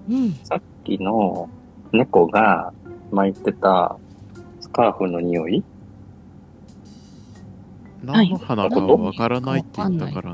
さっきの猫が巻いてたスカーフの匂い、 何の花かはわからないって言ったからな。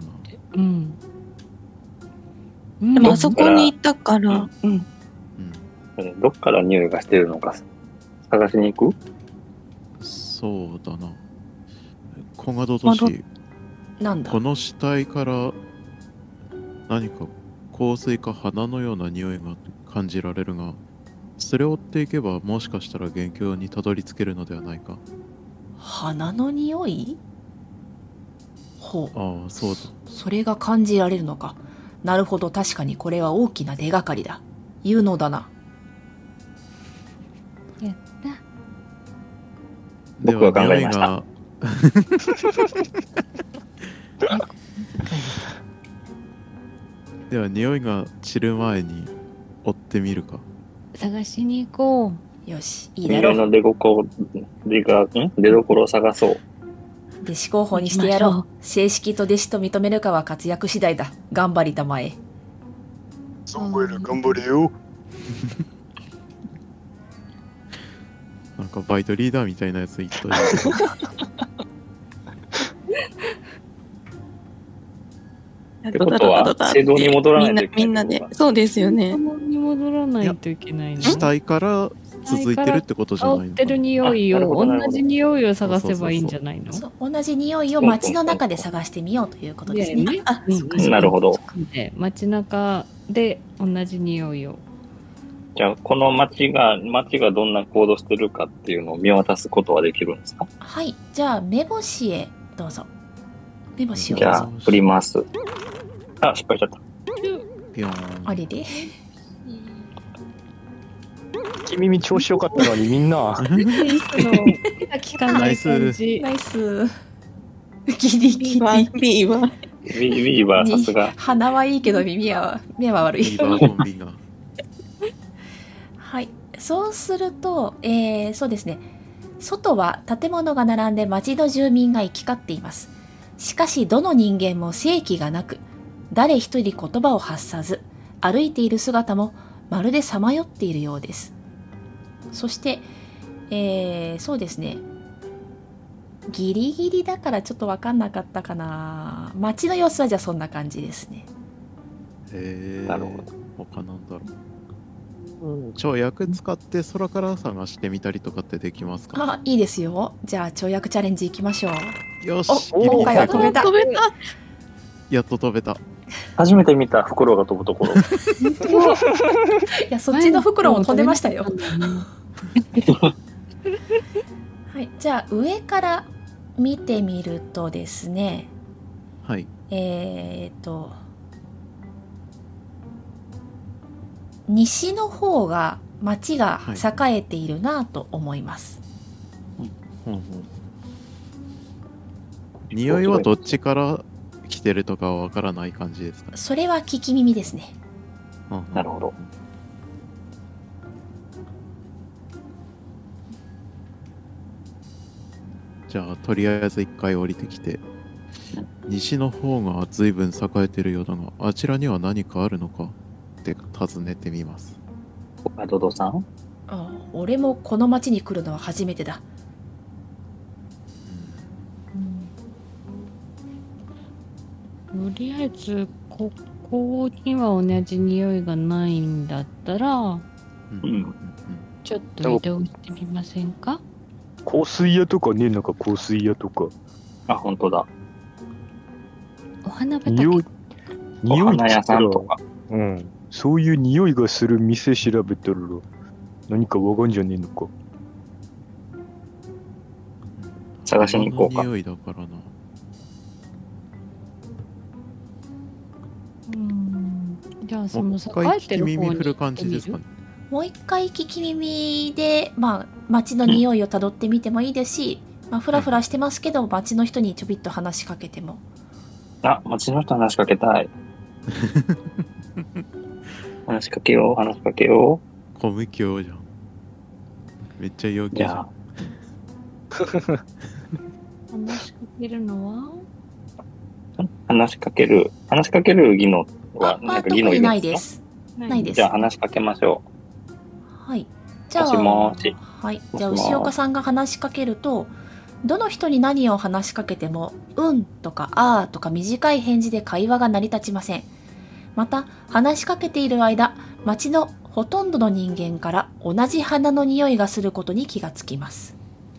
でもあそこにいたから、 どっから匂いがしてるのか探しに行く？ そうだな。コガドドシ、 なんだこの死体から何か香水か花のような匂いが感じられるが、それを追っていけばもしかしたら元凶にたどり着けるのではないか。 花の匂い？ほう。 ああ、そうだ。 それが感じられるのか。なるほど、確かにこれは大きな手がかりだ。有能だな。 やった。 僕は考えました。 では匂いが散る前に追ってみるか。 探しに行こう。よし、いいだろう。 匂いの出どころを探そう。 弟子候補にしてやろう。正式と弟子と認めるかは活躍次第だ。頑張りたまえ。 そうやら頑張れよ。 なんかバイトリーダーみたいなやつ言っといて。 ってことは正道に戻らないといけない。 みんなで、そうですよね。 正道に戻らないといけないの。 死体から続いてるってことじゃないのかな。 香ってる匂いを、同じ匂いを探せばいいんじゃないの？ そう、同じ匂いを街の中で探してみようということですね。 なるほど。 街中で同じ匂いを。 じゃあこの街がどんな行動してるかっていうのを見渡すことはできるんですか？ はい、じゃあ目星へどうぞ。目星をじゃあ振ります。あ、失敗しちゃった。 あれで君耳調子良かったのにみんなナイスギリギリ。 ビーバーさすが。 鼻はいいけど目は悪い。 ビーバーコンビがはい、そうすると、そうですね。外は建物が並んで町の住民が行き交っています。しかしどの人間も生気がなく、誰一人言葉を発さず、歩いている姿もまるでさまよっているようです。そして、そうですね。ギリギリだからちょっと分かんなかったかな。街の様子はじゃあそんな感じですね。 なるほど。 他なんだろう。跳躍使って空から探してみたりとかってできますか？ あ、いいですよ。じゃあ跳躍チャレンジいきましょう。 よし。 今回は飛べた。 やっと飛べた。 初めて見たフクロウが飛ぶところ。いや、そっちのフクロウも飛んでましたよ。はい、じゃあ上から見てみるとですね。 はい。 西の方が町が栄えているなと思います。 匂いはどっちから来てるとかはわからない感じですか？ それは聞き耳ですね。 なるほど。 じゃあとりあえず一回降りてきて、西の方が随分栄えてるようだが、あちらには何かあるのかって尋ねてみます。 ドドさん？ あ、俺もこの町に来るのは初めてだ。 とりあえずここには同じ匂いがないんだったら、ちょっと移動してみませんか？ 香水屋とかね、なんか香水屋とか。 あ、本当だ。 お花畑。 匂いお花屋さんとか。 そういう匂いがする店調べたら何かわかんじゃねえのか。 探しに行こうか。 匂いだからな。 じゃあその栄えてる方にもう一回聞き耳振る感じですかね。 もう一回聞き耳で、街の匂いをたどってみてもいいですし、フラフラしてますけど、街の人にちょびっと話しかけても。 あ、街の人話しかけたい。話しかけよう。 コム教じゃん。めっちゃ陽気じゃん。 話しかけるのは？ 話しかける技能はなんか技能いるんですか？ ないです。 じゃあ話しかけましょはい。じゃあ、 もしもしはい。じゃあ、 もしもし牛岡さんが話しかけると、どの人に何を話しかけても、うんとかあーとか短い返事で会話が成り立ちません。また、話しかけている間、街のほとんどの人間から同じ花の匂いがすることに気がつきます。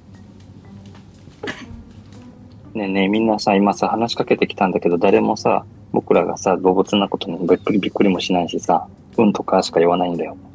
う。ねえねえ、みんなさ、今さ、話しかけてきたんだけど、誰もさ、僕らがさ、動物なことにびっくりもしないしさ、うんとかしか言わないんだよ。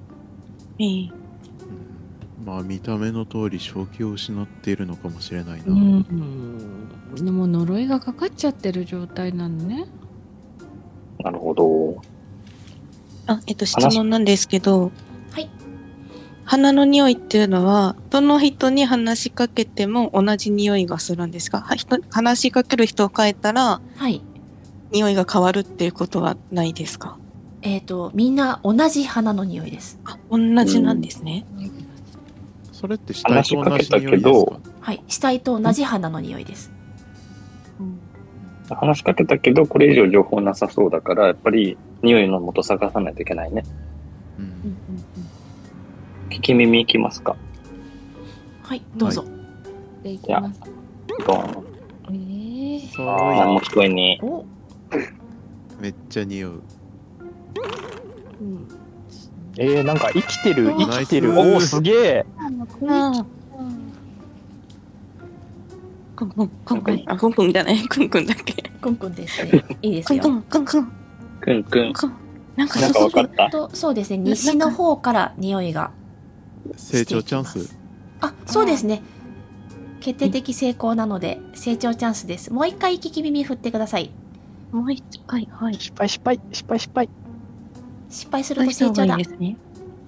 まあ見た目の通り正気を失っているのかもしれないな。 でも呪いがかかっちゃってる状態なのね。 なるほど。 質問なんですけど、 はい。 花の匂いっていうのは、どの人に話しかけても同じ匂いがするんですか？話しかける人を変えたら、 はい。 匂いが変わるっていうことはないですか？ みんな同じ花の匂いです。 あ、同じなんですね。 それって死体と同じ匂いですか？ はい。死体と同じ花の匂いです。 話しかけたけど、これ以上情報なさそうだから、やっぱり匂いの元探さないといけないね。聞き耳いきますか？ はい、どうぞ。 でいきます。 ドン。何も聞こえねめっちゃ匂う。 なんか生きてる。おー、すげえ。 コンコンコンコン、コンコンじゃない、クンクンだっけ。 クンクンですね。いいですよ。 クンクンクンクンクン。 なんか分かった？ そうですね。西の方から匂いが成長チャンス。 あ、そうですね。決定的成功なので成長チャンスです。もう一回聞き耳振ってください。 もう一回、はい。 失敗。 失敗すると成長だ。 ですね。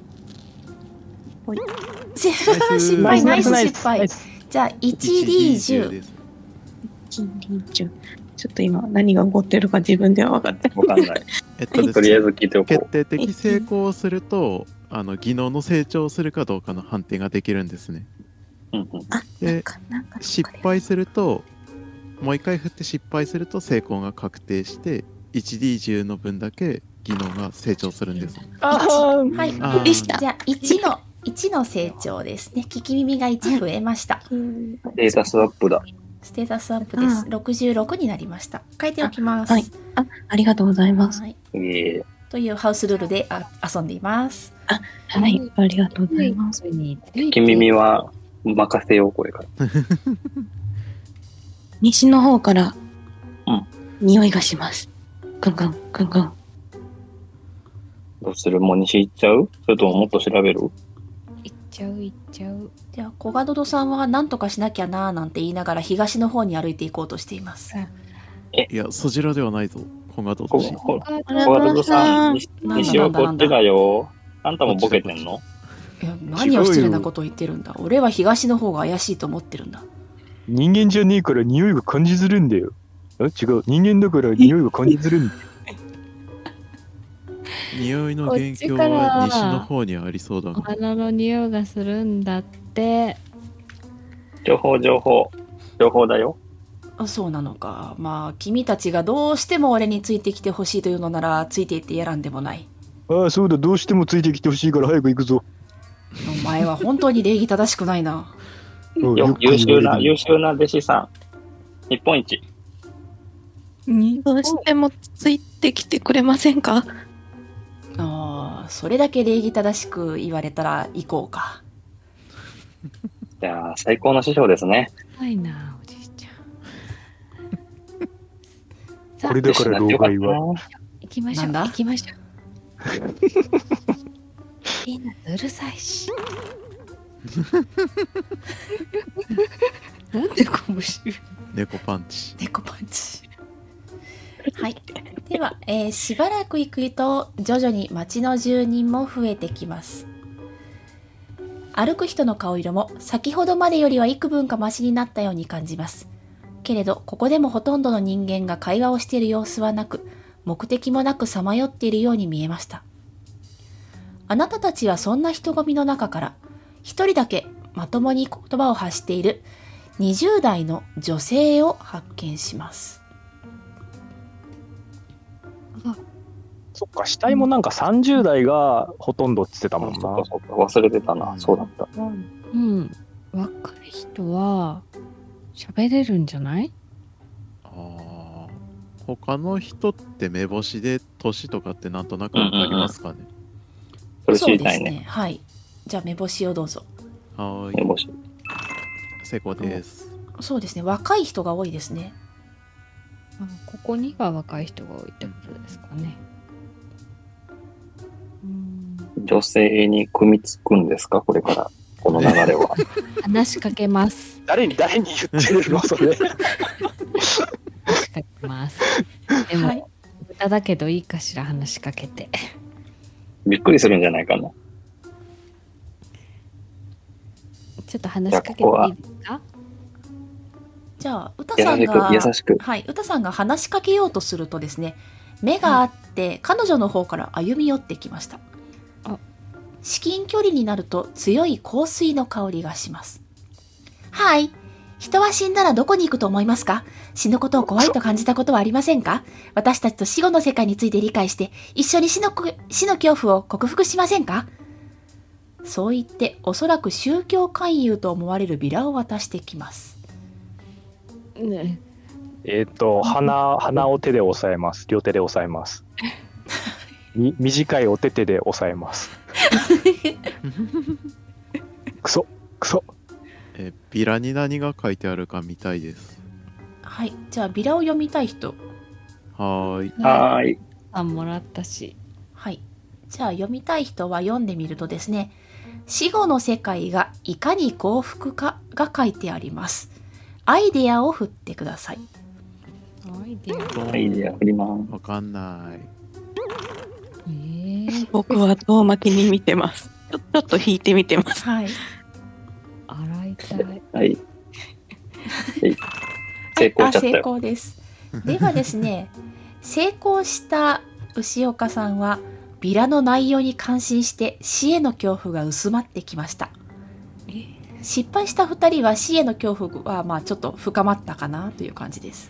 失敗、ナイス失敗。じゃあ 1D10。 ちょっと今何が起こってるか自分では分かってわかんない。とりあえず聞いておこう。 決定的成功をすると、技能の成長をするかどうかの判定ができるんですね。で、失敗すると、もう一回振って失敗すると成功が確定して、1D10 の分だけ技能が成長するんです。 はい。じゃあ1の成長ですね。聞き耳が1増えました。 ステータスアップだ。 ステータスアップです。66になりました。書いておきます。 はい。ありがとうございます。 はい。というハウスルールで遊んでいます。 はい。ありがとうございます。 聞き耳は任せよう、これから。 西の方から匂いがします。クンクンクンクン。 どうする？もう西行っちゃう？それとももっと調べる？ 行っちゃう。 じゃあコガドドさんは何とかしなきゃなーなんて言いながら東の方に歩いていこうとしています。 いや、そちらではないぞ。コガドド氏。 コガドドさん、西はこっちだよ。あんたもボケてんの？ いや、何を失礼なことを言ってるんだ。俺は東の方が怪しいと思ってるんだ。 人間じゃねえから匂いが感じづるんだよ。違う。人間だから匂いが感じづるんだよ。 匂いの元凶は西の方にありそうだな。 花の匂いがするんだって。 情報だよ。 あ、そうなのか。まあ君たちがどうしても俺についてきてほしいというのならついていってやらんでもない。 ああ、そうだ。どうしてもついてきてほしいから早く行くぞ。 お前は本当に礼儀正しくないな。 優秀な弟子さん。日本一。 どうしてもついてきてくれませんか？ それだけ礼儀正しく言われたら行こうか。 じゃあ最高の師匠ですね。 はいな、おじいちゃん。 これだから老害は。 行きましょう。 なんだ？ 行きましょう。ピーナッツうるさいし。なんで拳？ 猫パンチ。 はい。では、しばらく行くと徐々に町の住人も増えてきます。歩く人の顔色も先ほどまでよりは幾分かマシになったように感じます。けれどここでもほとんどの人間が会話をしている様子はなく、目的もなくさまよっているように見えました。あなたたちはそんな人混みの中から一人だけまともに言葉を発している20代の女性を発見します。 そっか、死体もなんか30代がほとんどって言ってたもんな。 そっかそっか、忘れてたな。そうだった。 うん。若い人は喋れるんじゃない？ ああ。他の人って目星で年とかってなんとなくわかりますかね？ それ知りたいね。 はい。じゃあ目星をどうぞ。 はい。 目星。 成功です。 そうですね。若い人が多いですね。 ここには若い人が多いってことですかね。 女性に組みつくんですか、これからこの流れは。 話しかけます。 誰に言ってるのそれ。 話しかけます。でも、はい、豚だけどいいかしら、話しかけて。 びっくりするんじゃないかな。 ちょっと話しかけていいですか？ じゃあ歌さんが優しく、 はい、歌さんが話しかけようとするとですね、目があって、彼女の方から歩み寄ってきました。至近距離になると強い香水の香りがします。はい。人は死んだらどこに行くと思いますか？死ぬことを怖いと感じたことはありませんか？私たちと死後の世界について理解して、一緒に死の恐怖を克服しませんか？そう言って、おそらく宗教勧誘と思われるビラを渡してきます。 ね、 鼻を手で押さえます。両手で押さえます。短いお手手で押さえます。クソ。 ビラに何が書いてあるか見たいです。 はい、じゃあビラを読みたい人。 はーい。 もらったし。 はい。じゃあ読みたい人は読んでみるとですね、死後の世界がいかに幸福かが書いてあります。アイデアを振ってください。 アイデア振ります。 わかんない。 僕は遠巻きに見てます。ちょっと引いてみてます。 はい。 洗いたい。 はい。成功しちゃったよ。 成功です。ではですね、成功した牛岡さんはビラの内容に感心して死への恐怖が薄まってきました。失敗した2人は死への恐怖はちょっと深まったかなという感じです。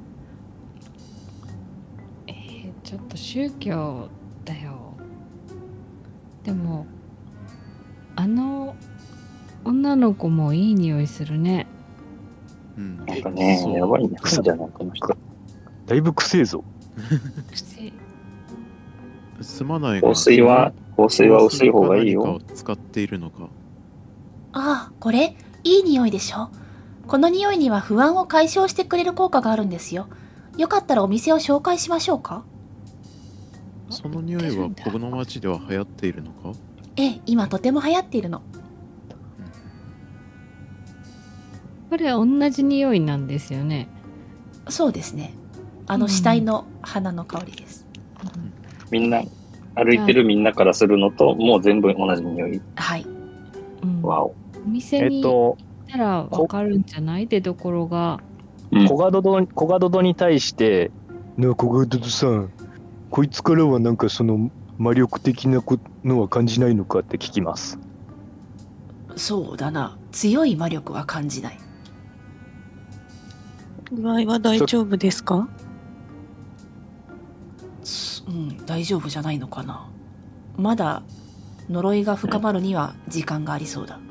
ちょっと宗教だよ。でもあの女の子もいい匂いするね。 なんかね、やばいね、じゃないこの人。 だいぶくせえぞ。 すまないが。香水は薄い方がいいよ。 使っているのか。 ああ、これいい匂いでしょ。この匂いには不安を解消してくれる効果があるんですよ。よかったらお店を紹介しましょうか。 その匂いはこの町では流行っているのか？ ええ、今とても流行っているの。 これ同じ匂いなんですよね。 そうですね。死体の花の香りです。 みんな歩いてるみんなからするのともう全部同じ匂い。 はい。 わお。 お店に行ったらわかるんじゃない？出どころが。 コガドドに対して「なあコガドドさん、こいつからはなんかその魔力的なのは感じないのか?」って聞きます。 そうだな、強い魔力は感じない。 具合は大丈夫ですか？ 大丈夫じゃないのかな。まだ呪いが深まるには時間がありそうだ。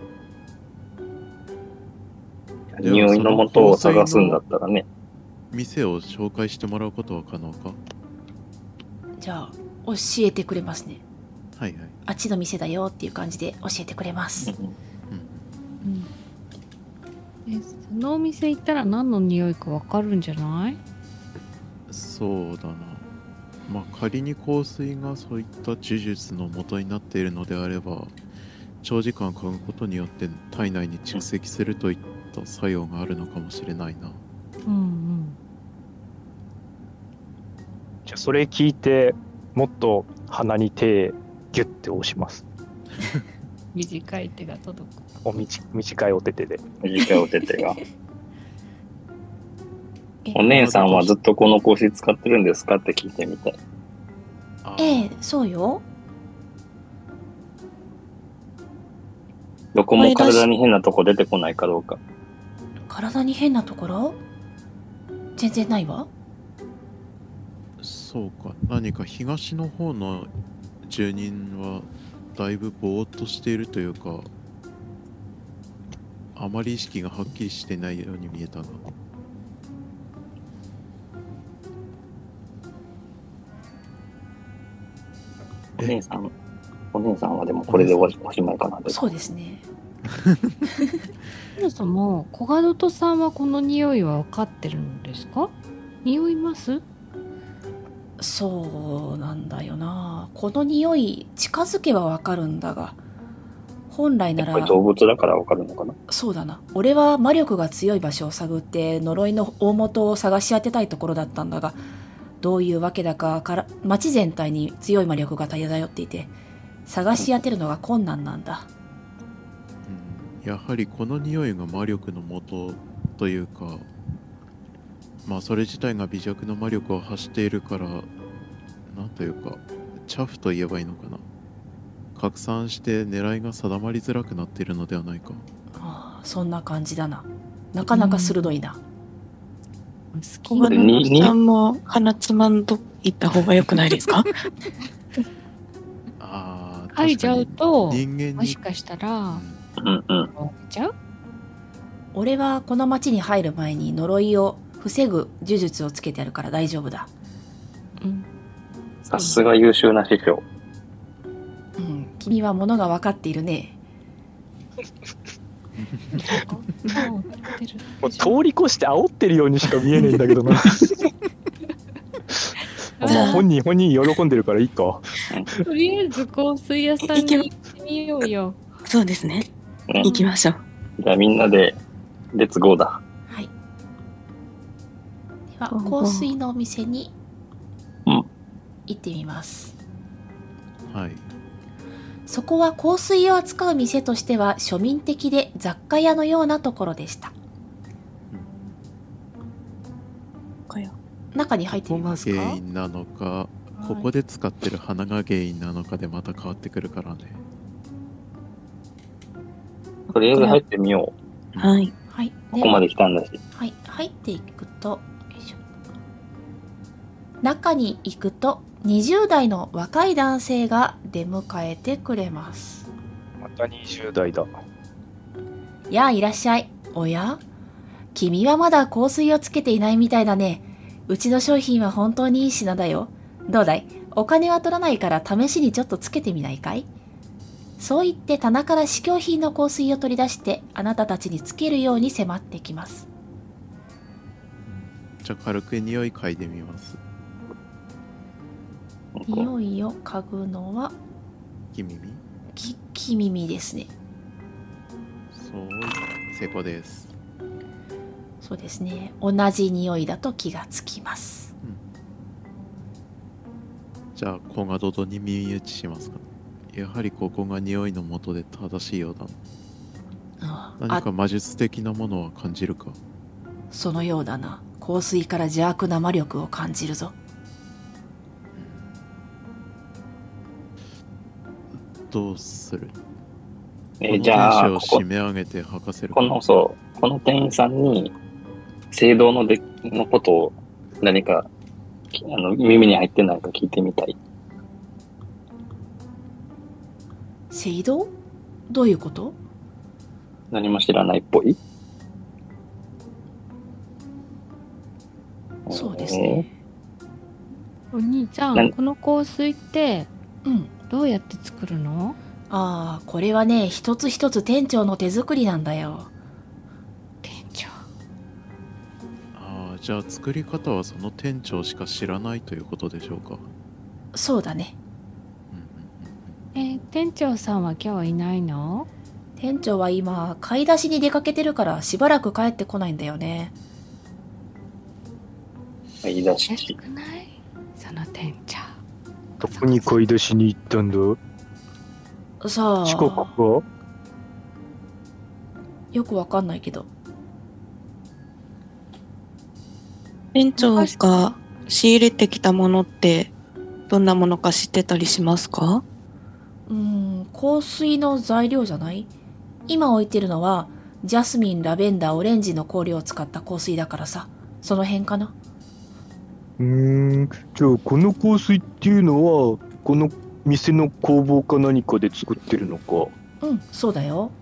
匂いの元を探すんだったらね。 店を紹介してもらうことは可能か？ じゃあ教えてくれますね。 はいはい。 あっちの店だよっていう感じで教えてくれます。 そのお店行ったら何の匂いかわかるんじゃない？ そうだな。仮に香水がそういった呪術の元になっているのであれば、長時間嗅ぐことによって体内に蓄積するといった作用があるのかもしれないな。 じゃあそれ聞いてもっと鼻に手ギュッて押します。 短い手が届く。 短いお手手で。 短いお手手が。お姉さんはずっとこの香水使ってるんですかって聞いてみて。 ええ、そうよ。 どこも体に変なとこ出てこないかどうか。 体に変なところ？全然ないわ。 そそうか、何か東の方の住人はだいぶぼーっとしているというか、あまり意識がはっきりしてないように見えたな。 お姉さんはでもこれでおしまいかな。 そうですね。 そもそもコガドトさんはこの匂いは分かってるんですか？匂います？ そうなんだよな。この匂い近づけば分かるんだが、本来ならやっぱり動物だから分かるのかな。 そうだな。俺は魔力が強い場所を探って呪いの大元を探し当てたいところだったんだが、どういうわけだか町全体に強い魔力が漂っていて、探し当てるのが困難なんだ。 やはりこの匂いが魔力の元というか、まあそれ自体が微弱な魔力を発しているから、なんというかチャフと言えばいいのかな。拡散して狙いが定まりづらくなっているのではないか。 ああ、そんな感じだな。なかなか鋭いな。 小金野さんも鼻つまんどいった方が良くないですか？ ああ、 嗅いじゃうと人間にもしかしたらちゃう？ 俺はこの町に入る前に呪いを防ぐ呪術をつけてあるから大丈夫だ。 さすが優秀な師匠。 君は物が分かっているね。 もう通り越して煽ってるようにしか見えねえんだけどな。本人喜んでるからいいか。 とりあえず香水屋さんに行ってみようよ。 そうですね。行きましょう。 じゃあみんなでレッツゴーだ。 はい。では香水のお店に行ってみます。 はい。 そこは香水を扱う店としては庶民的で雑貨屋のようなところでした。中に入ってみますか？ ここが原因なのか、ここで使ってる花が原因なのかでまた変わってくるからね。 とりあえず入ってみよう。はい。 はい。 ここまで来たんだし。 はい。入っていくと、よいしょ。中に行くと、20代の若い男性が出迎えてくれます。 また20代だ。 やあ、いらっしゃい。おや？君はまだ香水をつけていないみたいだね。うちの商品は本当にいい品だよ。どうだい？お金は取らないから試しにちょっとつけてみないかい？そう言って棚から試供品の香水を取り出してあなたたちにつけるように迫ってきます。 じゃあ軽く匂い嗅いでみます。 匂いを嗅ぐのは木耳？ 木耳ですね。 そう、成功です。 そうですね。同じ匂いだと気がつきます。 じゃあコガドドに耳打ちしますか。やはりここが匂いの元で正しいようだ。何か魔術的なものは感じるか？ そのようだな。香水から邪悪な魔力を感じるぞ。 どうする？ じゃあこの電車を締め上げて吐かせるか。 この店員さんに聖堂のことを何か耳に入ってないか聞いてみたい。 聖堂？どういうこと？ 何も知らないっぽい。 そうですね。 お兄ちゃん、この香水ってどうやって作るの？ ああ、これはね、一つ一つ店長の手作りなんだよ。 店長。 ああ、じゃあ作り方はその店長しか知らないということでしょうか。 そうだね。 店長さんは今日はいないの？ 店長は今買い出しに出かけてるからしばらく帰ってこないんだよね。 買い出し。 少ない？その店長。 どこに買い出しに行ったんだ？ さあ。 近くか？ よくわかんないけど。 店長が仕入れてきたものってどんなものか知ってたりしますか？ 香水の材料じゃない？今置いてるのはジャスミン、ラベンダー、オレンジの香料を使った香水だからさ、その辺かな。 じゃあこの香水っていうのはこの店の工房か何かで作ってるのか。 うん、そうだよ。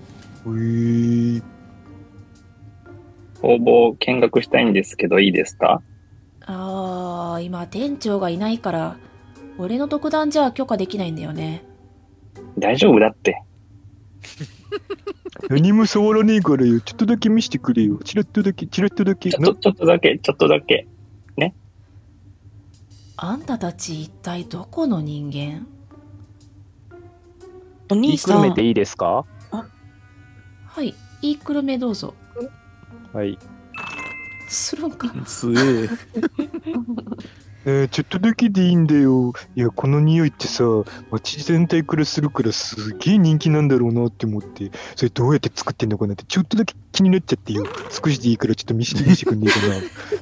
工房見学したいんですけどいいですか？ 今店長がいないから俺の独断じゃ許可できないんだよね。 大丈夫だって。 何も触らねえからよ。ちょっとだけ見せてくれよ。チラッとだけ。ちょっとだけ。ね。 あんたたち一体どこの人間？ お兄さん。 いいくるめていいですか？ はい、いいくるめどうぞ。 はい。 するんか。 すげえ。ちょっとだけでいいんだよ。いや、この匂いってさ、街全体からするからすげえ人気なんだろうなって思って、それどうやって作ってんのかなってちょっとだけ気になっちゃってよ。少しでいいからちょっと見せてくんねえかな。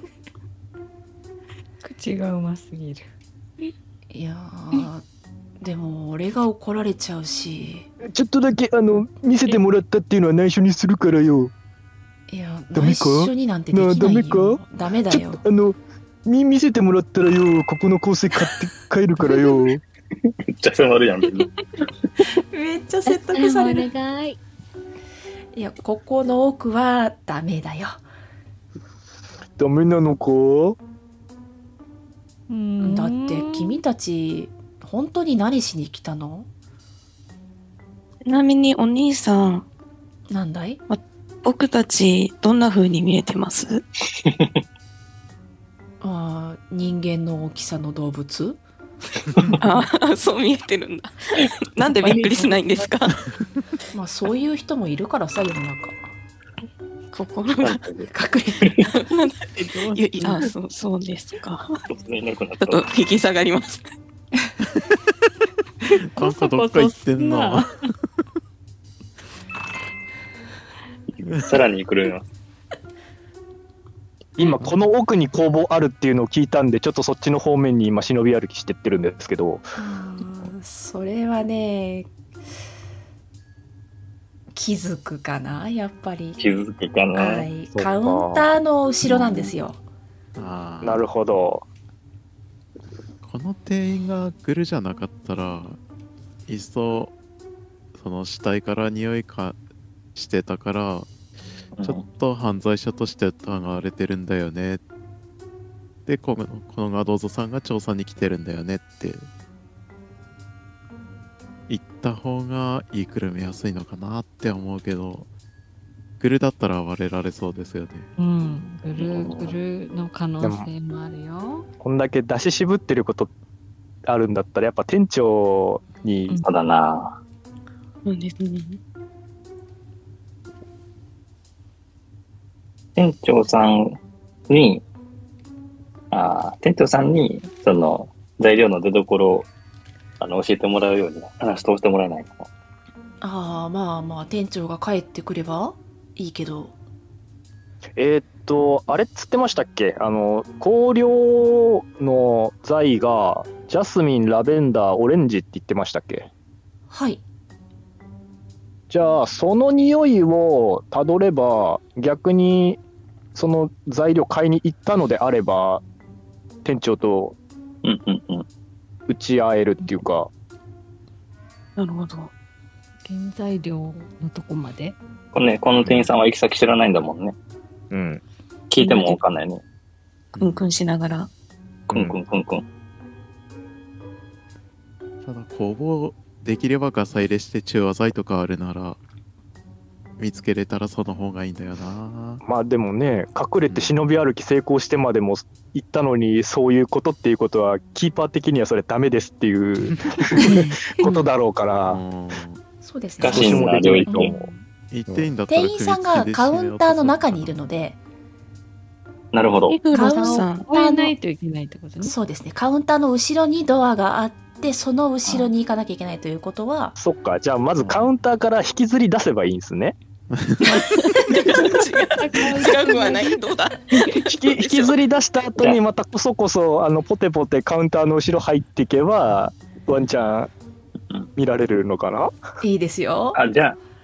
口がうますぎる。 いやでも俺が怒られちゃうし。 ちょっとだけ見せてもらったっていうのは内緒にするからよ。 いや、内緒になんてできないよ。 ダメか？ ダメだよ。 見せてもらったらよ、ここの香水買って帰るからよ。 めっちゃ迫るやん。 めっちゃ説得される。 お願い。 いや、ここの奥はダメだよ。 ダメなのか？ だって君たち本当に何しに来たの？ ちなみにお兄さん。 なんだい？ 僕たちどんな風に見えてます？ 人間の大きさの動物？ そう見えてるんだ。なんでびっくりしないんですか？ まあそういう人もいるからさ、世の中。 心が隠れてる。そうですか。ちょっと引き下がります。 なんかどっか行ってんな。 さらにくるみます。 今この奥に工房あるっていうのを聞いたんで、ちょっとそっちの方面に今忍び歩きしてってるんですけど。 それはね、気づくかな、やっぱり。 気づくかな。 はい、カウンターの後ろなんですよ。 なるほど。 この店員がグルじゃなかったら、いっそその死体から匂いかしてたから、ちょっと犯罪者として疑われてるんだよね。で、このガドーゾさんが調査に来てるんだよねって言った方が言いくるめやすいのかなって思うけど、グルだったら割れられそうですよね。 グルの可能性もあるよ。 こんだけ出し渋ってることあるんだったら、やっぱ店長に。 そうだな。 そうですね。 店長さんにその材料の出所を教えてもらうように話通してもらえないかな。 まあ店長が帰ってくればいいけど。 あれっつってましたっけ？香料の材がジャスミン、ラベンダー、オレンジって言ってましたっけ？ はい。 じゃあその匂いをたどれば、逆にその材料買いに行ったのであれば店長と打ち合えるっていうか。 なるほど。 原材料のとこまで。 この店員さんは行き先知らないんだもんね。聞いても分かんないね。 クンクンしながら。 クンクン。 ただ工房できればガサ入れして中和剤とかあるなら見つけれたらその方がいいんだよな。 まあでもね、隠れて忍び歩き成功してまでも行ったのに、そういうことっていうことはキーパー的にはそれダメですっていうことだろうから。 そうですね。 少しもできないと思う。 店員さんがカウンターの中にいるので。 なるほど。 カウンターないといけないってことね。 そうですね。カウンターの後ろにドアがあって、その後ろに行かなきゃいけないということは。 そっか。じゃあまずカウンターから引きずり出せばいいんですね。 違くはない。どうだ。 引きずり出した後にまたこそこそポテポテカウンターの後ろ入っていけばワンチャン見られるのかな。 いいですよ。 じゃ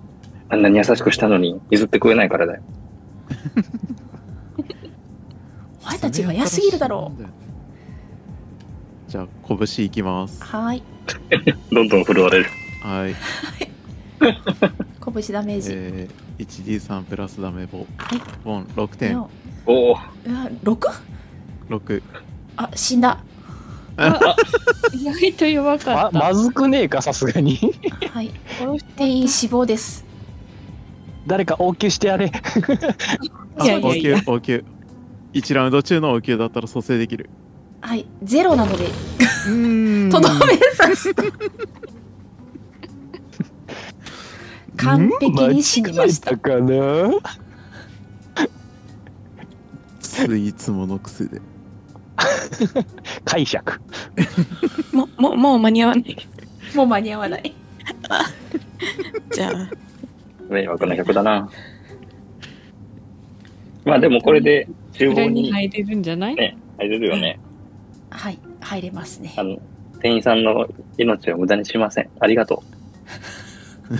あんなに優しくしたのに譲ってくれないからだよ。 お前たちが安すぎるだろう。 じゃあ拳いきます。 はい。 どんどん振るわれる。 はい。 拳ダメージ。 1D3 プラスダメボ。 はい。 ボン6点。 おお。 6？あ、死んだ。 意外と弱かった。 まずくねえか、さすがに。 はい。店員死亡です。 誰か応急してやれ。 いや応急。1ラウンド中の応急だったら蘇生できる。 はい、0なのでとどめさせた。完璧に死にました。 かな。 ついつもの癖で。 解釈。 もう間に合わない。 もう間に合わない。 じゃあ。 迷惑な曲だな。まあでもこれで厨房に入れるんじゃない？ ね、入れるよね。 はい、入れますね。 店員さんの命を無駄にしません。ありがとう。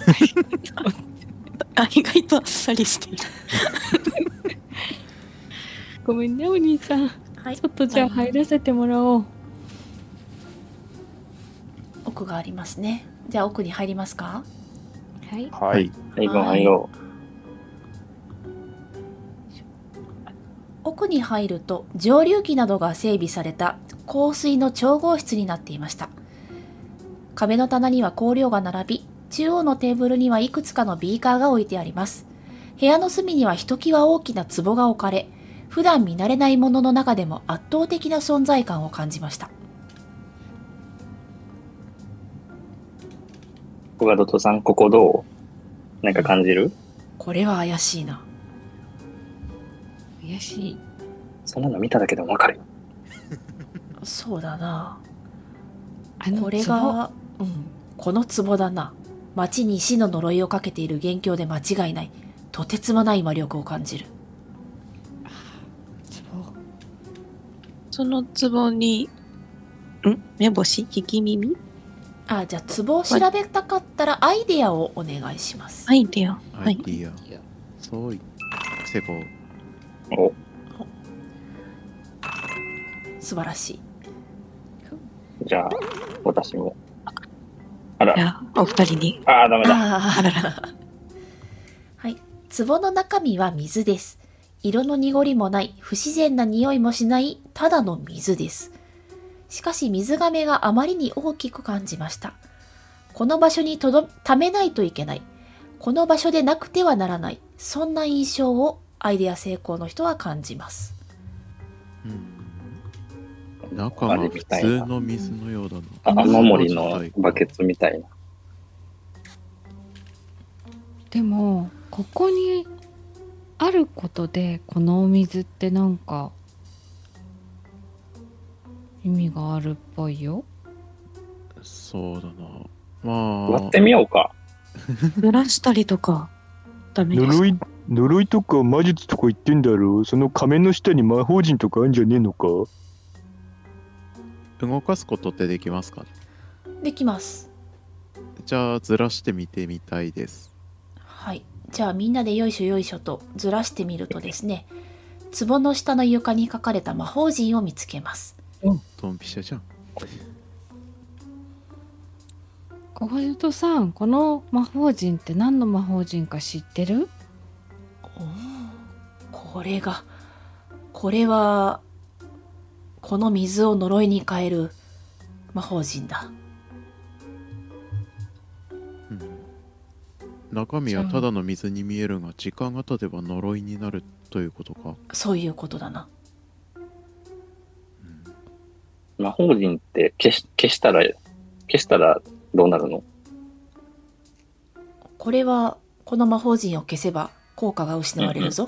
意外とあっさりしている。 ごめんねお兄さん。 はい、 ちょっとじゃあ入らせてもらおう。 奥がありますね。じゃあ奥に入りますか？ はい。 はい。 入ろう。 奥に入ると蒸留機などが整備された香水の調合室になっていました。壁の棚には香料が並び、中央のテーブルにはいくつかのビーカーが置いてあります。部屋の隅にはひときわ大きな壺が置かれ、普段見慣れないものの中でも圧倒的な存在感を感じました。 小ガドトさん、ここどう？なんか感じる？ これは怪しいな。 怪しい。 そんなの見ただけでもわかるよ。 そうだな。 これが、この壺だな。町に死の呪いをかけている元凶で間違いない。とてつもない魔力を感じる。 その壺に、目星？聞き耳？ じゃあ壺を調べたかったらアイデアをお願いします。 アイデア。 アイデア。そうい。成功。 お。 素晴らしい。 じゃあ私も。あら。 じゃあお二人に。 ダメだ。 あらら。 はい。壺の中身は水です。色の濁りもない、不自然な匂いもしない、ただの水です。しかし水がめがあまりに大きく感じました。この場所に溜めないといけない。この場所でなくてはならない。そんな印象をアイデア成功の人は感じます。 中が普通の水のようだな。 雨漏りのバケツみたいな。 でもここにあることでこのお水ってなんか意味があるっぽいよ。 そうだな。まあ割ってみようか。 濡らしたりとかダメですか？ 呪いとか魔術とか言ってんだろう。その仮面の下に魔法陣とかあるんじゃねえのか？ 動かすことってできますか？ できます。 じゃあずらしてみてみたいです。 はい。じゃあみんなでよいしょよいしょとずらしてみるとですね、壺の下の床に書かれた魔法陣を見つけます。 ドンピシャじゃん。 小林とさん、この魔法陣って何の魔法陣か知ってる？ これはこの水を呪いに変える魔法陣だ。 中身はただの水に見えるが、時間が経てば呪いになるということか。 そういうことだな。 魔法陣って消したらどうなるの？ これはこの魔法陣を消せば効果が失われるぞ。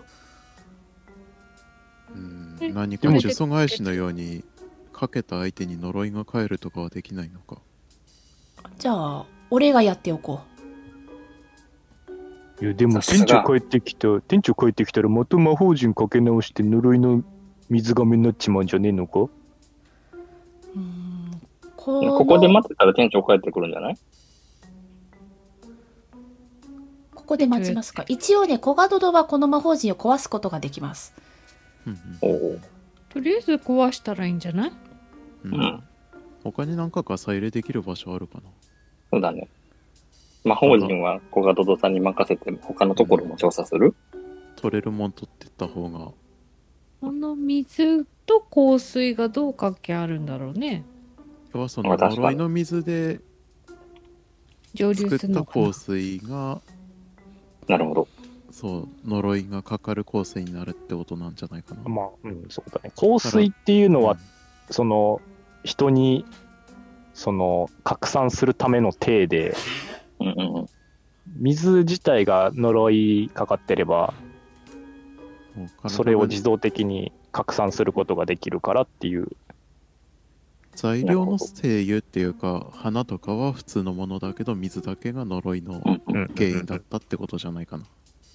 何か呪詛返しのようにかけた相手に呪いが返るとかはできないのか。 じゃあ俺がやっておこう。いやでも店長帰ってきたらまた魔法陣かけ直して呪いの水亀になっちまうんじゃねえのか？ ここで待ってたら店長帰ってくるんじゃない？ こここで待ちますか。一応ね、コガドドはこの魔法陣を壊すことができます。 とりあえず壊したらいいんじゃない？ 他に何かガサ入れできる場所あるかな？ そうだね。魔法陣はコガドドさんに任せて他のところも調査する？ 取れるもん取ってった方が。 この水と香水がどう関係あるんだろうね。 要はその呪いの水で作った香水が、 なるほど。 そう呪いがかかる香水になるってことなんじゃないかな。 まあ、そうだね。香水っていうのは、その人にその拡散するための体で、水自体が呪いかかってれば、それを自動的に拡散することができるからっていう。 材料の精油っていうか花とかは普通のものだけど水だけが呪いの原因だったってことじゃないかな。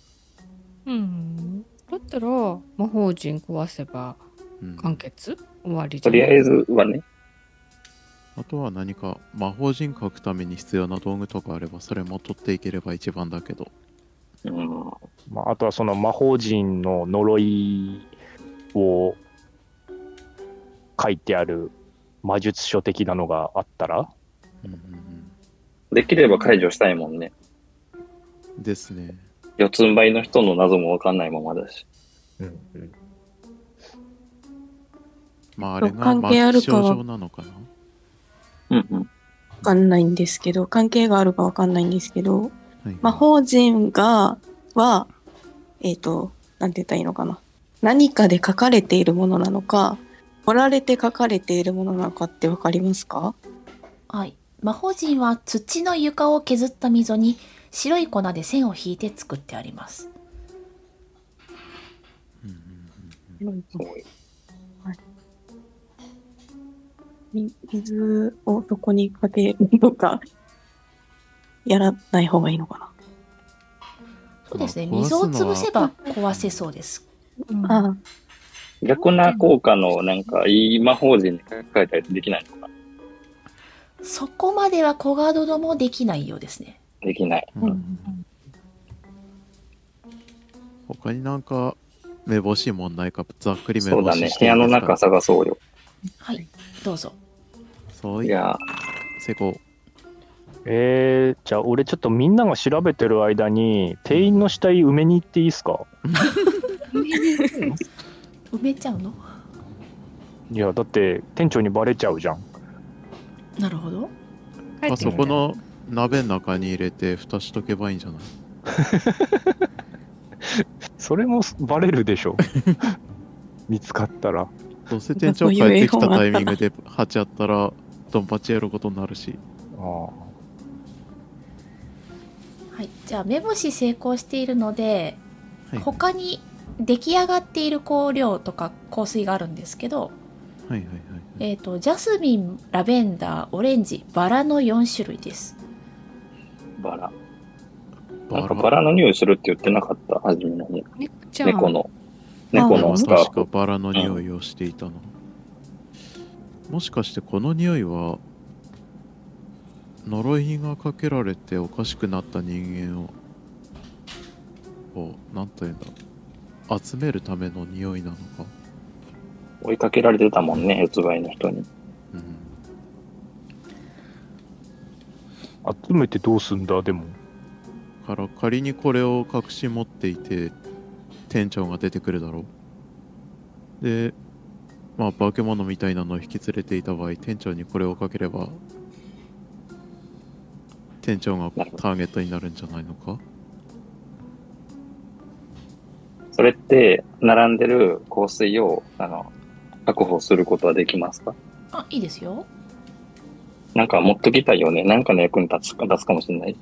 だったら魔法陣壊せば完結、終わりじゃん。とりあえずはね。 あとは何か魔法陣書くために必要な道具とかあればそれも取っていければ一番だけど。 まあ、あとはその魔法陣の呪いを書いてある魔術書的なのがあったら、 できれば解除したいもんね。 ですね。 四つん這いの人の謎もわかんないままだし。 まああれが魔術症状なのかな。 わかんないんですけど、関係があるかわかんないんですけど、魔法陣はなんて言ったらいいのかな。何かで書かれているものなのか、彫られて書かれているものなのかってわかりますか？ はい。魔法陣は土の床を削った溝に白い粉で線を引いて作ってあります。 水をそこにかけるとかやらない方がいいのかな。 そうですね。水を潰せば壊せそうです。 逆な効果のなんかいい魔法陣に書かれたりできないのかな。 そこまではコガドドもできないようですね。 できない。 他になんかめぼしいもんないか、ざっくりめぼししていいですか？ そうだね。部屋の中探そうよ。 はい、どうぞ。 そういや、成功。 じゃあ俺ちょっとみんなが調べてる間に店員の死体埋めに行っていいですか？ 埋めちゃうの？ いやだって店長にバレちゃうじゃん。 なるほど。 あそこの鍋の中に入れて蓋しとけばいいんじゃない？ それもバレるでしょ。見つかったら。 どうせ店長帰ってきたタイミングで貼っちゃったらドンパチやることになるし。 はい、じゃあ目星成功しているので、他に出来上がっている香料とか香水があるんですけど、ジャスミン、ラベンダー、オレンジ、バラの4種類です。 バラ。なんかバラの匂いするって言ってなかった、初めのに。猫のスカーフ。 確かバラの匂いをしていたの。もしかしてこの匂いは呪いがかけられておかしくなった人間をなんというんだ、集めるための匂いなのか。 追いかけられてたもんね、四つ這いの人に。 集めてどうすんだ。でもから仮にこれを隠し持っていて店長が出てくるだろう。でまあ化け物みたいなのを引き連れていた場合、店長にこれをかければ店長がターゲットになるんじゃないのか。 それって並んでる香水を確保することはできますか？ いいですよ。 なんか持っときたいよね。なんかの役に立つかもしれないし。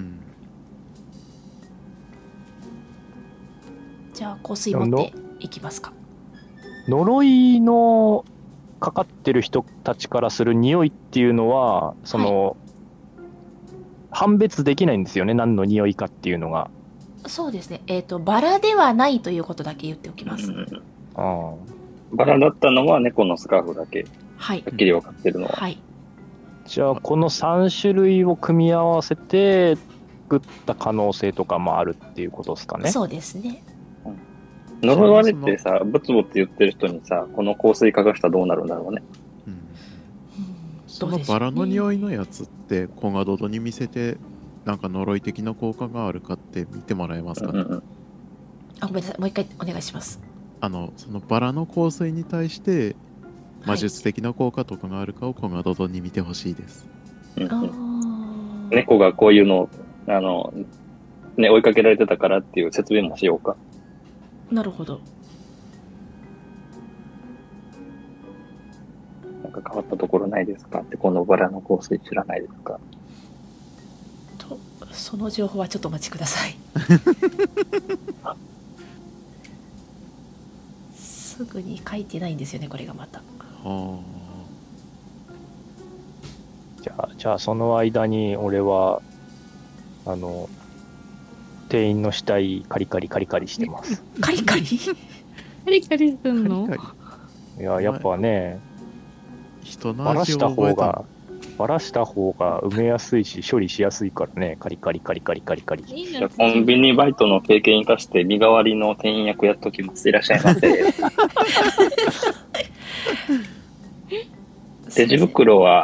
じゃあ香水持っていきますか。 呪いのかかってる人たちからする匂いっていうのはその、判別できないんですよね。何の匂いかっていうのが。 そうですね。バラではないということだけ言っておきます。 バラだったのは猫のスカーフだけ。はっきり分かってるのは。 じゃあこの3種類を組み合わせて作った可能性とかもあるっていうことですかね。 そうですね。 呪われてさ、ブツブツ言ってる人にさ、この香水嗅がしたらどうなるんだろうね。 そのバラの匂いのやつってコガドドに見せてなんか呪い的な効果があるかって見てもらえますかね。 あ、ごめんなさい、もう一回お願いします。 そのバラの香水に対して魔術的な効果とかがあるかをコガドドに見てほしいです。 猫がこういうのね、追いかけられてたからっていう説明もしようか。 なるほど。 なんか変わったところないですかって、このバラの香水知らないですかと、その情報はちょっとお待ちください。すぐに書いてないんですよね、これがまた。 じゃあその間に俺は店員の死体カリカリカリカリしてます。 カリカリカリカリすんの？ いや、やっぱね、 人のバラした味を覚えた方が埋めやすいし処理しやすいからね。カリカリカリカリカリカリ。 コンビニバイトの経験生かして身代わりの店員役やっときます。いらっしゃいませ。レジ袋は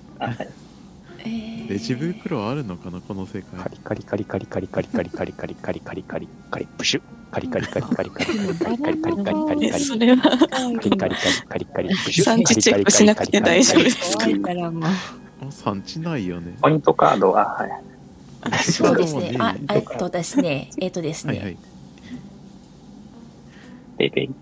レジ袋あるのかなこの世界。 カリカリカリカリカリカリカリカリカリカリカリカリプシュカリカリカリカリカリカリカリカリカリカリカリカリそれはカリカリカリカリカリプシュ産地チェックしなくて大丈夫ですか？ 産地ないよね。 ポイントカードは、はい。 そうですね。ですね。ですね。 はいはい。 ペイペイ。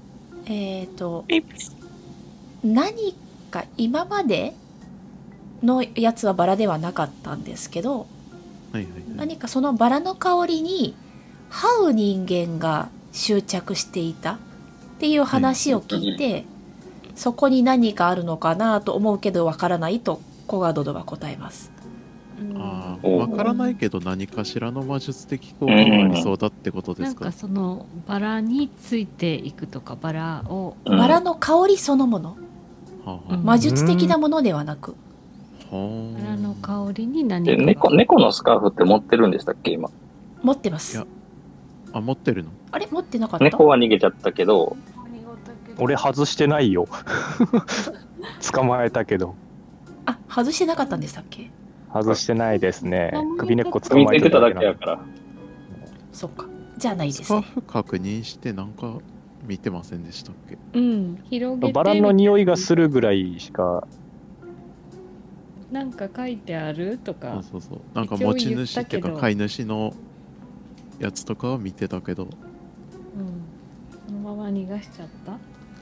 何か今までのやつはバラではなかったんですけど、何かそのバラの香りに這う人間が執着していたっていう話を聞いて、そこに何かあるのかなと思うけどわからないとコガドドは答えます。 わからないけど何かしらの魔術的効果がありそうだってことですか？ なんかそのバラについていくとか、バラの香りそのもの、魔術的なものではなく、 バラの香りに何か猫のスカーフって持ってるんでしたっけ今？ 持ってます。 持ってるの？ あれ持ってなかった？ 猫は逃げちゃったけど、 俺外してないよ。捕まえたけど。 あ、外してなかったんでしたっけ？ 外してないですね。首根っこ捕まえてただけやから。 そっか。じゃあないですね。 スカーフ確認してなんか見てませんでしたっけ？ 広げてバラの匂いがするぐらいしか。 なんか書いてあるとか。 そう。なんか持ち主っていうか飼い主のやつとかは見てたけど。 そのまま逃がしちゃった？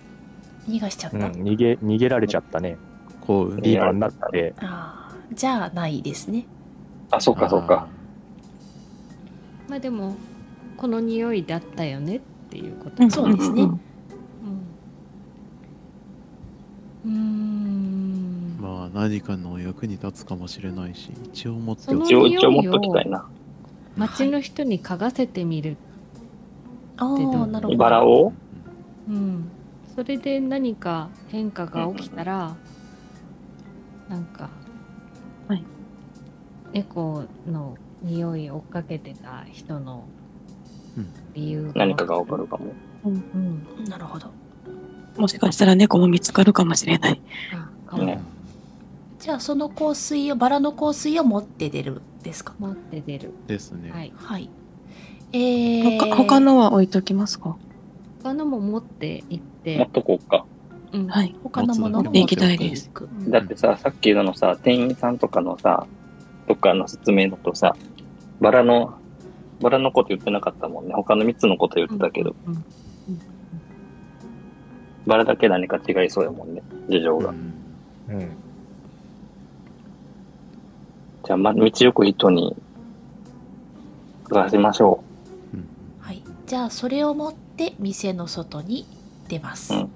逃げられちゃったね。こうリーバーになって。 じゃあないですね。 そうか。 まあでもこの匂いだったよねっていうこと。 そうですね。 まあ何かの役に立つかもしれないし、一応持っておきたいな。 街の人に嗅がせてみる。 なるほど。 バラを？ それで何か変化が起きたら、なんか、猫の匂いを追っかけてた人の理由が何かがわかるかも。 なるほど。 もしかしたら猫も見つかるかもしれない。 じゃあその香水を、バラの香水を持って出るですか？ 持って出るですね。 はい。 他のは置いときますか？ 他のも持って行って。 持っとこうか。 はい。 他のものも持っていです。 だってさっきのさ、店員さんとかのさ、とかの説明のとさ、バラのこと言ってなかったもんね。他の3つのこと言ってたけど。バラだけ何か違いそうやもんね、事情が。じゃあ、道行く人に探しましょう。はい。じゃあ、それを持って店の外に出ます。 はい。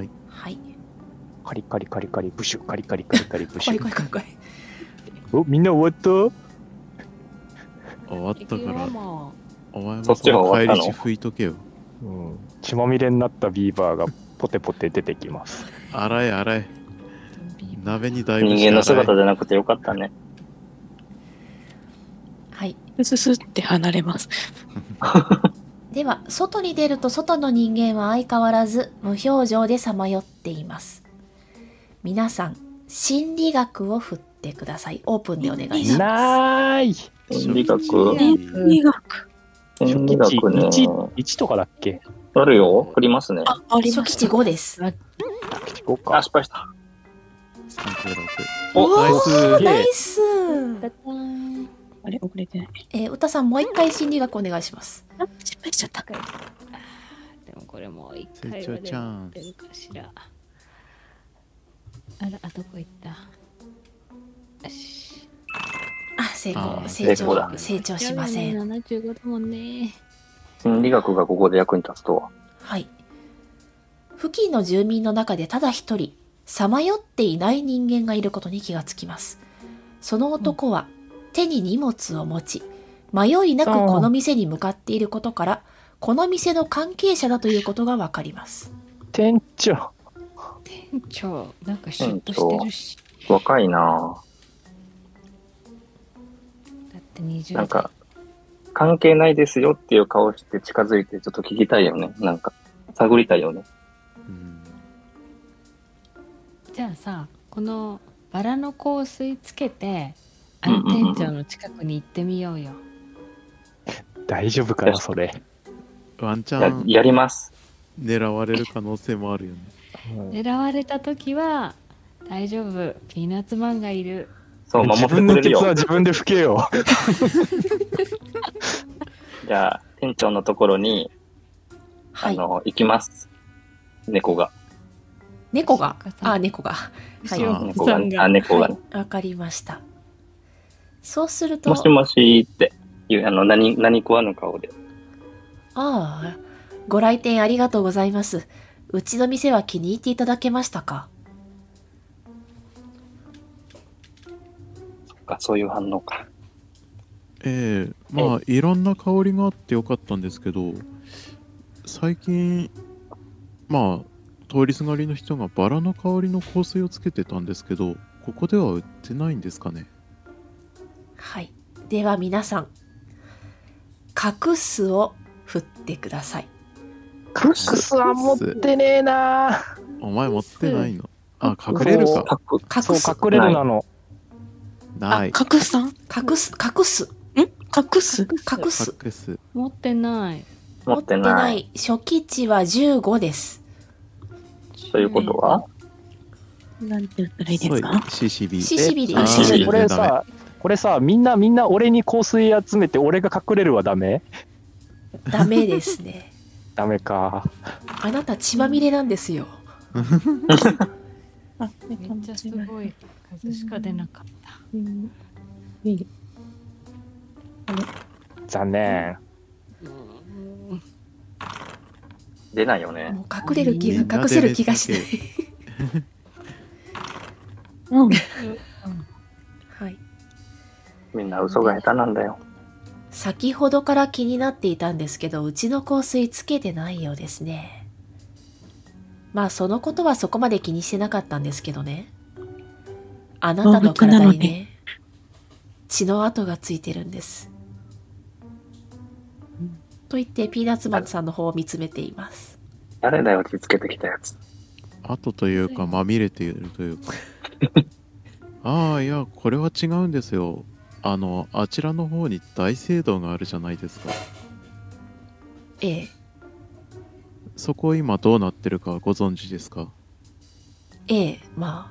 カリカリカリカリブシュ、カリカリカリカリブシュ。 怖い。 お、みんな終わった？ 終わったから、お前もそっちが終わったの？ 帰り血拭いとけよ。 血まみれになったビーバーがポテポテ出てきます。 洗え。鍋にだいぶ人間の姿じゃなくてよかったね。 はい。 ススって離れます。 では、外に出ると外の人間は相変わらず無表情でさまよっています。皆さん、心理学を振ってください。オープンでお願いします。 ない。 心理学。 心理学。 心理学ね。 1とかだっけ？ あるよ。振りますね。 ありま初期値5です。 初期値5か。 失敗した。 36。お、ナイス。 ナイス。 あれ、遅れてない。 歌さん、もう一回心理学お願いします。 失敗しちゃった。 でもこれもう一回は出るかしら。あら、どこ行った？よし。 成功。成長しません。 75だもんね。 心理学がここで役に立つとは。 はい。付近の住民の中でただ一人、さまよっていない人間がいることに気がつきます。その男は、手に荷物を持ち、迷いなくこの店に向かっていることから、この店の関係者だということがわかります。 店長、 なんかシュッとしてるし。 若いな。 だって20代。 なんか、関係ないですよっていう顔して近づいてちょっと聞きたいよね。なんか、探りたいよね。 じゃあさ、このバラの香水つけて、店長の近くに行ってみようよ。 大丈夫かな、それ。 ワンチャンやります。 狙われる可能性もあるよね。 狙われた時は大丈夫、ピーナッツマンがいる。 そう、守ってくれるよ。 自分のケツは自分で吹けよ。 じゃあ店長のところに、 はい、 行きます。猫が。 猫が。はい。猫がね。 わかりました。そうすると。 もしもしっていう、何食わぬ顔で。 ああ、ご来店ありがとうございます。うちの店は気に入っていただけましたか？ そっか、そういう反応か。 まあいろんな香りがあってよかったんですけど、最近まあ通りすがりの人がバラの香りの香水をつけてたんですけど、ここでは売ってないんですかね。 はい。では皆さん、隠すを振ってください。 隠すは持ってねえな。 お前持ってないの？あ、隠れるか。 隠れるなの。 ない。 隠す。 持ってない。 持ってない。初期値は15です。 ということは？ なんて言ったらいいですか？ CCB でいい。 これさ、みんな俺に香水集めて俺が隠れるはダメ？ ダメですね。 ダメか。 あなた血まみれなんですよ。 めっちゃすごい数しか出なかった。 残念。 出ないよね。 もう隠せる気がしない。はい。 みんな嘘が下手なんだよ。 先ほどから気になっていたんですけど、うちの香水つけてないようですね。まあそのことはそこまで気にしてなかったんですけどね。あなたの体にね、血の跡がついてるんです。と言ってピーナッツマンさんの方を見つめています。 誰だよ、血つけてきたやつ。 跡というかまみれているというか。いや、これは違うんですよ。あちらの方に大聖堂があるじゃないですか。 ええ。 そこ今どうなってるかご存知ですか？ ええ、ま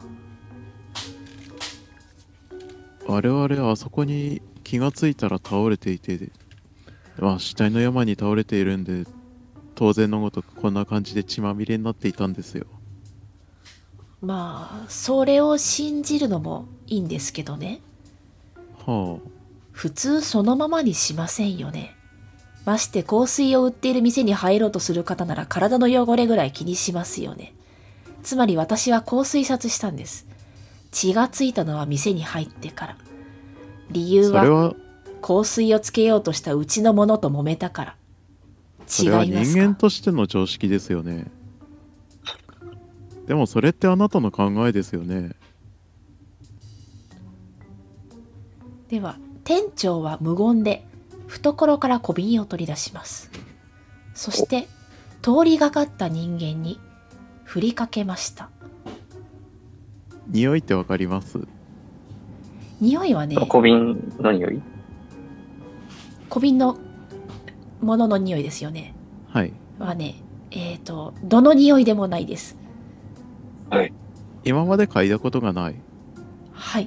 あ。我々あそこに気がついたら倒れていて、死体の山に倒れているんで、当然のごとくこんな感じで血まみれになっていたんですよ。 まあ、それを信じるのもいいんですけどね。 はあ。 普通そのままにしませんよね。まして香水を売っている店に入ろうとする方なら体の汚れぐらい気にしますよね。つまり私はこう推察したんです。血がついたのは店に入ってから。理由は香水をつけようとしたうちのものと揉めたから。違いますか？ それは人間としての常識ですよね。でもそれってあなたの考えですよね。 では店長は無言で懐から小瓶を取り出します。そして通りがかった人間に振りかけました。 匂いってわかります？ 匂いはね、 小瓶の匂い？ 小瓶のものの匂いですよね。 はい。 はね、どの匂いでもないです。 はい。 今まで嗅いだことがない。 はい。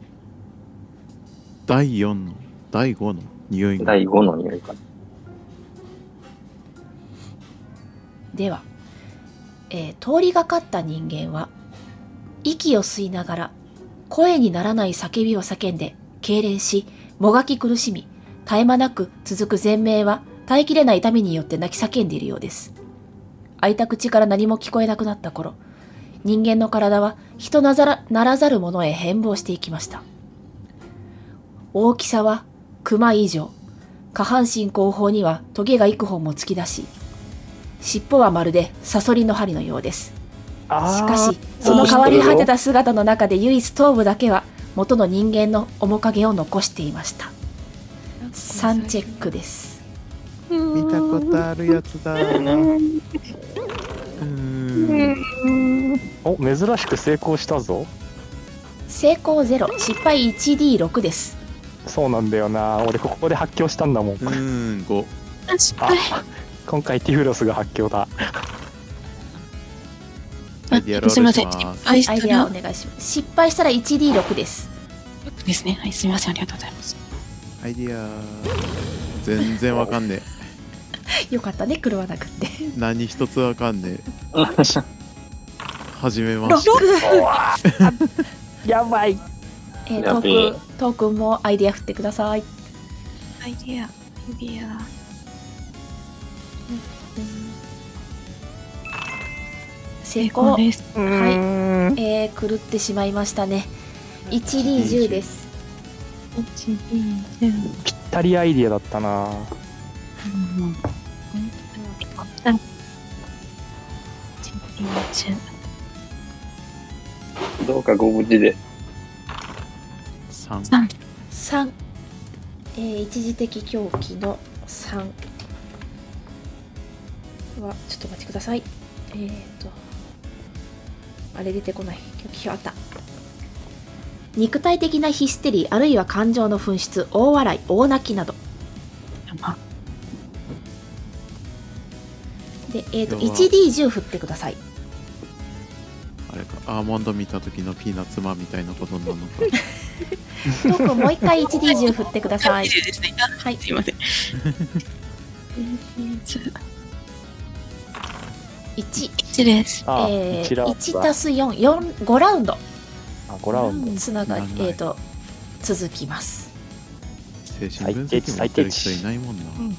第5の匂いが。 第5の匂いかな。 では、通りがかった人間は息を吸いながら声にならない叫びを叫んで痙攣し、もがき苦しみ、絶え間なく続く全鳴は耐えきれない痛みによって泣き叫んでいるようです。開いた口から何も聞こえなくなった頃、人間の体は人ならざるものへ変貌していきました。大きさは熊以上、下半身後方にはトゲが幾本も突き出し、尻尾はまるでサソリの針のようです。しかしその変わり果てた姿の中で唯一頭部だけは元の人間の面影を残していました。3チェックです。 見たことあるやつだ。 お、珍しく成功したぞ。 成功0、失敗 1D6 です。 そうなんだよな、俺ここで発狂したんだもん。 5。 あ、今回ティフロスが発狂だ。 アイディアロールします。 アイディアお願いします。失敗したら 1D6 です。 ですね。はい、すみません、ありがとうございます。 アイディア全然わかんねえ。よかったね、狂わなくって。 何一つわかんねえ。始めました。 やばい。 トークンもアイディア振ってください。 アイディア。 成功です。はい。狂ってしまいましたね。1D10 です。 ぴったりアイディアだったな。 どうかご無事で。 3。一時的狂気の3は、ちょっとお待ちください。あれ出てこない。狂気表あった。肉体的なヒステリー、あるいは感情の噴出、大笑い、大泣きなど。で、1D10 振ってください。 あれか、アーモンド見た時のピーナッツマンみたいなことなのか。 トークンもう一回 1D10 振ってください。 ですね。 はい、 すいません。1です。 1たす4、5ラウンド。 5ラウンド。 つながり、続きます。 精神分析持ってる人いないもんな。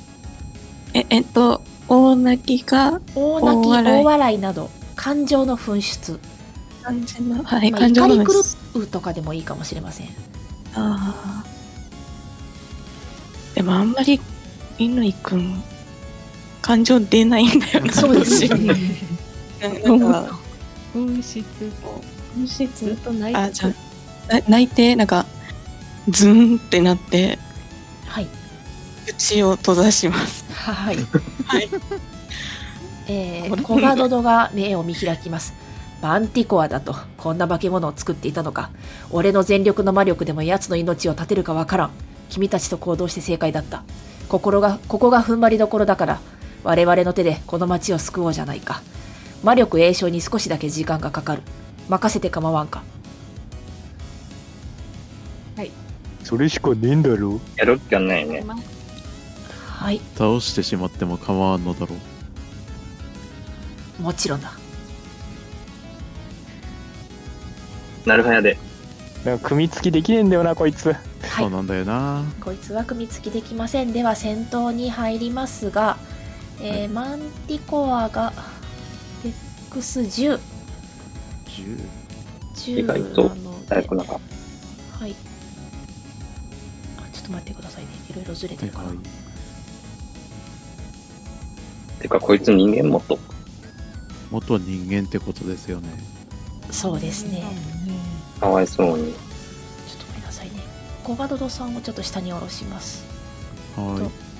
大泣きが大笑いなど感情の噴出。 感情の怒り狂うとかでもいいかもしれません。 でもあんまり乾くん感情出ないんだよね。 そうですよね。 噴出と泣いて、 じゃあ泣いてなんかズンってなって、 はい、 口を閉ざします。 はい。 はい。 コガドドが目を見開きます。バンティコアだとこんな化け物を作っていたのか。俺の全力の魔力でも奴の命を絶てるかわからん。君たちと行動して正解だった。ここが踏ん張りどころだから我々の手でこの町を救おうじゃないか。魔力栄唱に少しだけ時間がかかる。任せて構わんか。 はい。 それしかねえんだろ。 やるっきゃないね。 はい。 倒してしまっても構わんのだろう。もちろんだ。 なるはやで。 なんか組み付きできねえんだよなこいつ。 そうなんだよな。 こいつは組み付きできません。では戦闘に入りますが、マンティコアがデックス10。 意外と早くなかった。 はい。ちょっと待ってくださいね。いろいろずれてるから。 てかこいつ人間元人間ってことですよね。 そうですね。 かわいそうに。 ちょっとごめんなさいね。 コガドドさんをちょっと下に下ろします。 はい。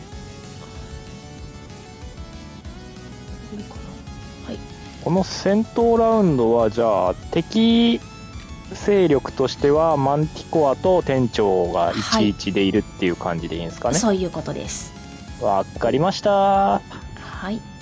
いいかな。はい。 この戦闘ラウンドはじゃあ敵勢力としてはマンティコアと店長が11でいるっていう感じでいいんですかね。 そういうことです。 わかりました。 はい。